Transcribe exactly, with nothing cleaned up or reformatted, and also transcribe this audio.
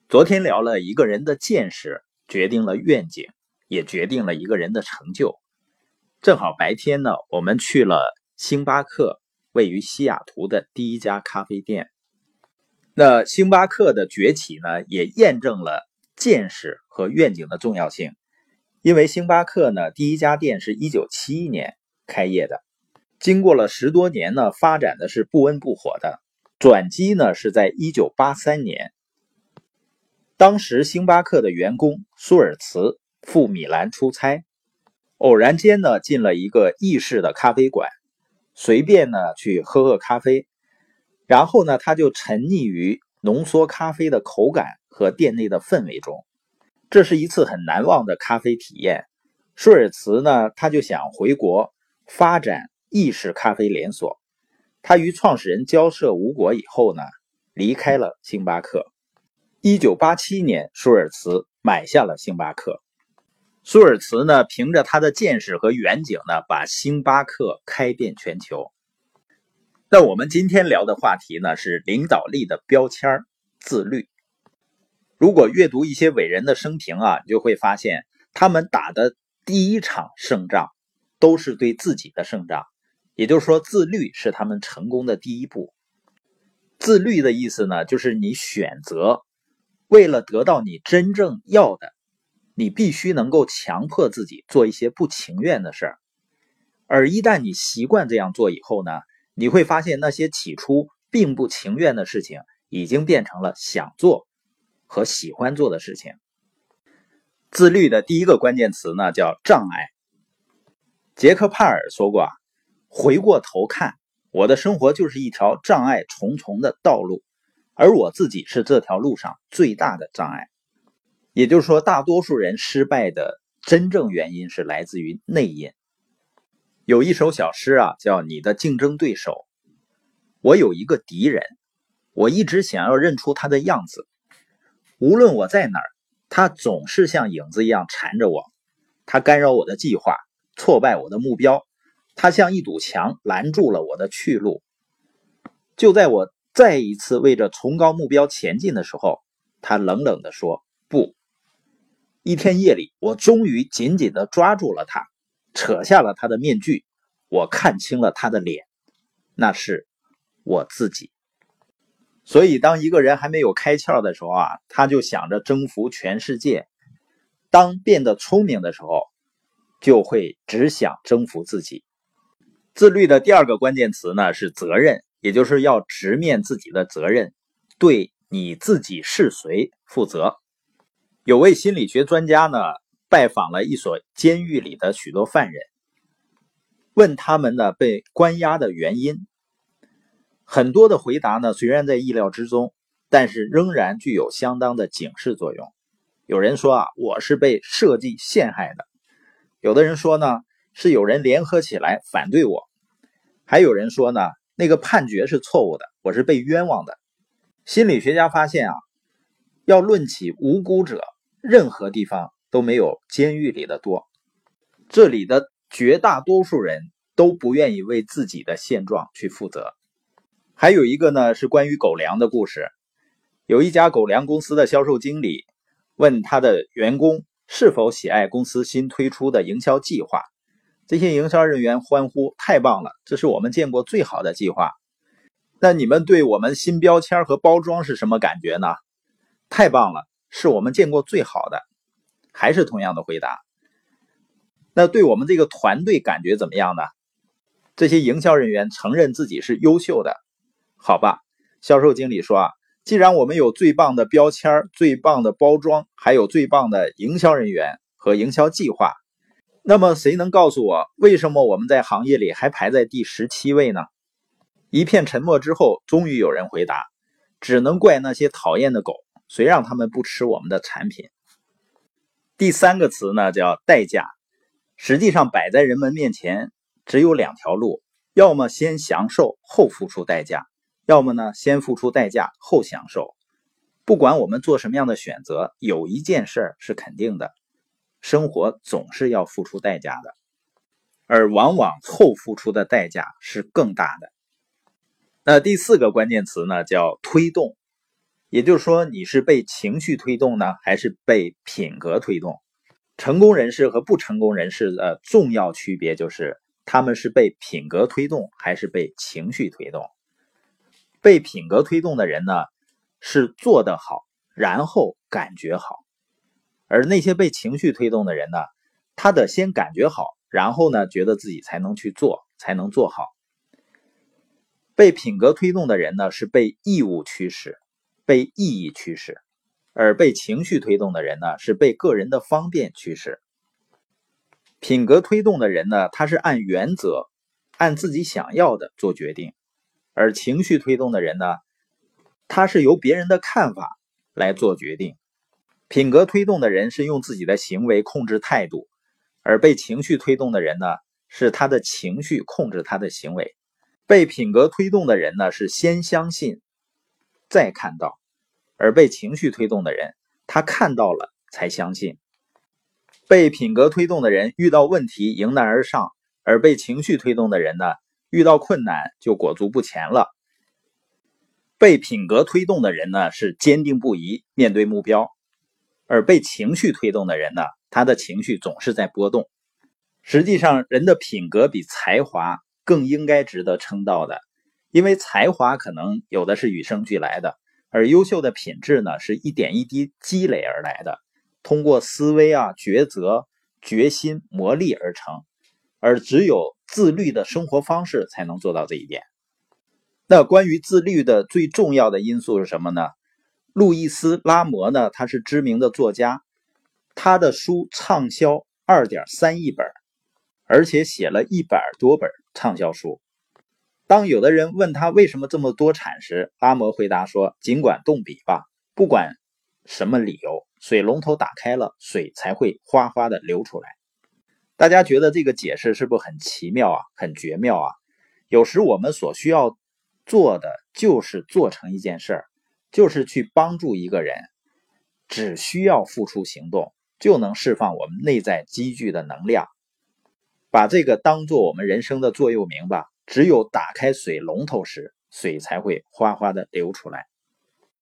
昨天聊了一个人的见识决定了愿景，也决定了一个人的成就。正好白天呢，我们去了星巴克位于西雅图的第一家咖啡店。那星巴克的崛起呢，也验证了见识和愿景的重要性。因为星巴克呢，第一家店是一九七一年开业的，经过了十多年呢，发展的是不温不火的。转机呢是在一九八三年。当时星巴克的员工舒尔茨赴米兰出差，偶然间呢进了一个意式的咖啡馆，随便呢去喝喝咖啡，然后呢他就沉溺于浓缩咖啡的口感和店内的氛围中。这是一次很难忘的咖啡体验。舒尔茨呢他就想回国发展意式咖啡连锁。他与创始人交涉无果以后呢，离开了星巴克。一九八七年，舒尔茨买下了星巴克。舒尔茨呢，凭着他的见识和远景呢，把星巴克开遍全球。那我们今天聊的话题呢，是领导力的标签——自律。如果阅读一些伟人的生平啊，你就会发现，他们打的第一场胜仗，都是对自己的胜仗。也就是说，自律是他们成功的第一步。自律的意思呢，就是你选择为了得到你真正要的，你必须能够强迫自己做一些不情愿的事儿。而一旦你习惯这样做以后呢，你会发现那些起初并不情愿的事情，已经变成了想做和喜欢做的事情。自律的第一个关键词呢，叫障碍。杰克帕尔说过啊，回过头看，我的生活就是一条障碍重重的道路，而我自己是这条路上最大的障碍。也就是说，大多数人失败的真正原因是来自于内因。有一首小诗啊，叫《你的竞争对手》。我有一个敌人，我一直想要认出他的样子。无论我在哪儿，他总是像影子一样缠着我。他干扰我的计划，挫败我的目标。他像一堵墙拦住了我的去路。就在我再一次为着崇高目标前进的时候，他冷冷地说不。一天夜里，我终于紧紧地抓住了他，扯下了他的面具，我看清了他的脸，那是我自己。所以当一个人还没有开窍的时候啊，他就想着征服全世界。当变得聪明的时候，就会只想征服自己。自律的第二个关键词呢是责任，也就是要直面自己的责任，对你自己是谁负责。有位心理学专家呢拜访了一所监狱里的许多犯人，问他们呢被关押的原因。很多的回答呢虽然在意料之中，但是仍然具有相当的警示作用。有人说啊，我是被设计陷害的。有的人说呢，是有人联合起来反对我。还有人说呢，那个判决是错误的，我是被冤枉的。心理学家发现啊，要论起无辜者，任何地方都没有监狱里的多。这里的绝大多数人都不愿意为自己的现状去负责。还有一个呢，是关于狗粮的故事。有一家狗粮公司的销售经理问他的员工是否喜爱公司新推出的营销计划。这些营销人员欢呼，太棒了，这是我们见过最好的计划。那你们对我们新标签和包装是什么感觉呢？太棒了，是我们见过最好的。还是同样的回答。那对我们这个团队感觉怎么样呢？这些营销人员承认自己是优秀的。好吧，销售经理说啊，既然我们有最棒的标签、最棒的包装，还有最棒的营销人员和营销计划，那么谁能告诉我，为什么我们在行业里还排在第十七位呢？一片沉默之后，终于有人回答，只能怪那些讨厌的狗，谁让他们不吃我们的产品。第三个词呢，叫代价。实际上摆在人们面前只有两条路，要么先享受后付出代价，要么呢先付出代价后享受。不管我们做什么样的选择，有一件事是肯定的，生活总是要付出代价的，而往往后付出的代价是更大的。那第四个关键词呢，叫推动。 也就是说，你是被情绪推动呢，还是被品格推动？成功人士和不成功人士的重要区别就是，他们是被品格推动，还是被情绪推动。被品格推动的人呢，是做得好，然后感觉好；而那些被情绪推动的人呢，他得先感觉好，然后呢，觉得自己才能去做，才能做好。被品格推动的人呢，是被义务驱使，被意义驱使；而被情绪推动的人呢，是被个人的方便驱使。品格推动的人呢，他是按原则，按自己想要的做决定；而情绪推动的人呢，他是由别人的看法来做决定。品格推动的人是用自己的行为控制态度，而被情绪推动的人呢，是他的情绪控制他的行为。被品格推动的人呢，是先相信再看到，而被情绪推动的人，他看到了才相信。被品格推动的人遇到问题迎难而上，而被情绪推动的人呢，遇到困难就裹足不前了。被品格推动的人呢，是坚定不移面对目标，而被情绪推动的人呢，他的情绪总是在波动。实际上，人的品格比才华更应该值得称道的，因为才华可能有的是与生俱来的，而优秀的品质呢，是一点一滴积累而来的，通过思维啊、抉择、决心磨砺而成，而只有自律的生活方式才能做到这一点。那关于自律的最重要的因素是什么呢？路易斯·拉摩呢，他是知名的作家，他的书畅销 二点三亿本，而且写了一百多本畅销书。当有的人问他为什么这么多产时，拉摩回答说，尽管动笔吧，不管什么理由，水龙头打开了，水才会哗哗的流出来。大家觉得这个解释是不是很奇妙啊，很绝妙啊？有时我们所需要做的就是做成一件事儿，就是去帮助一个人，只需要付出行动，就能释放我们内在积聚的能量。把这个当做我们人生的座右铭吧，只有打开水龙头时，水才会哗哗的流出来。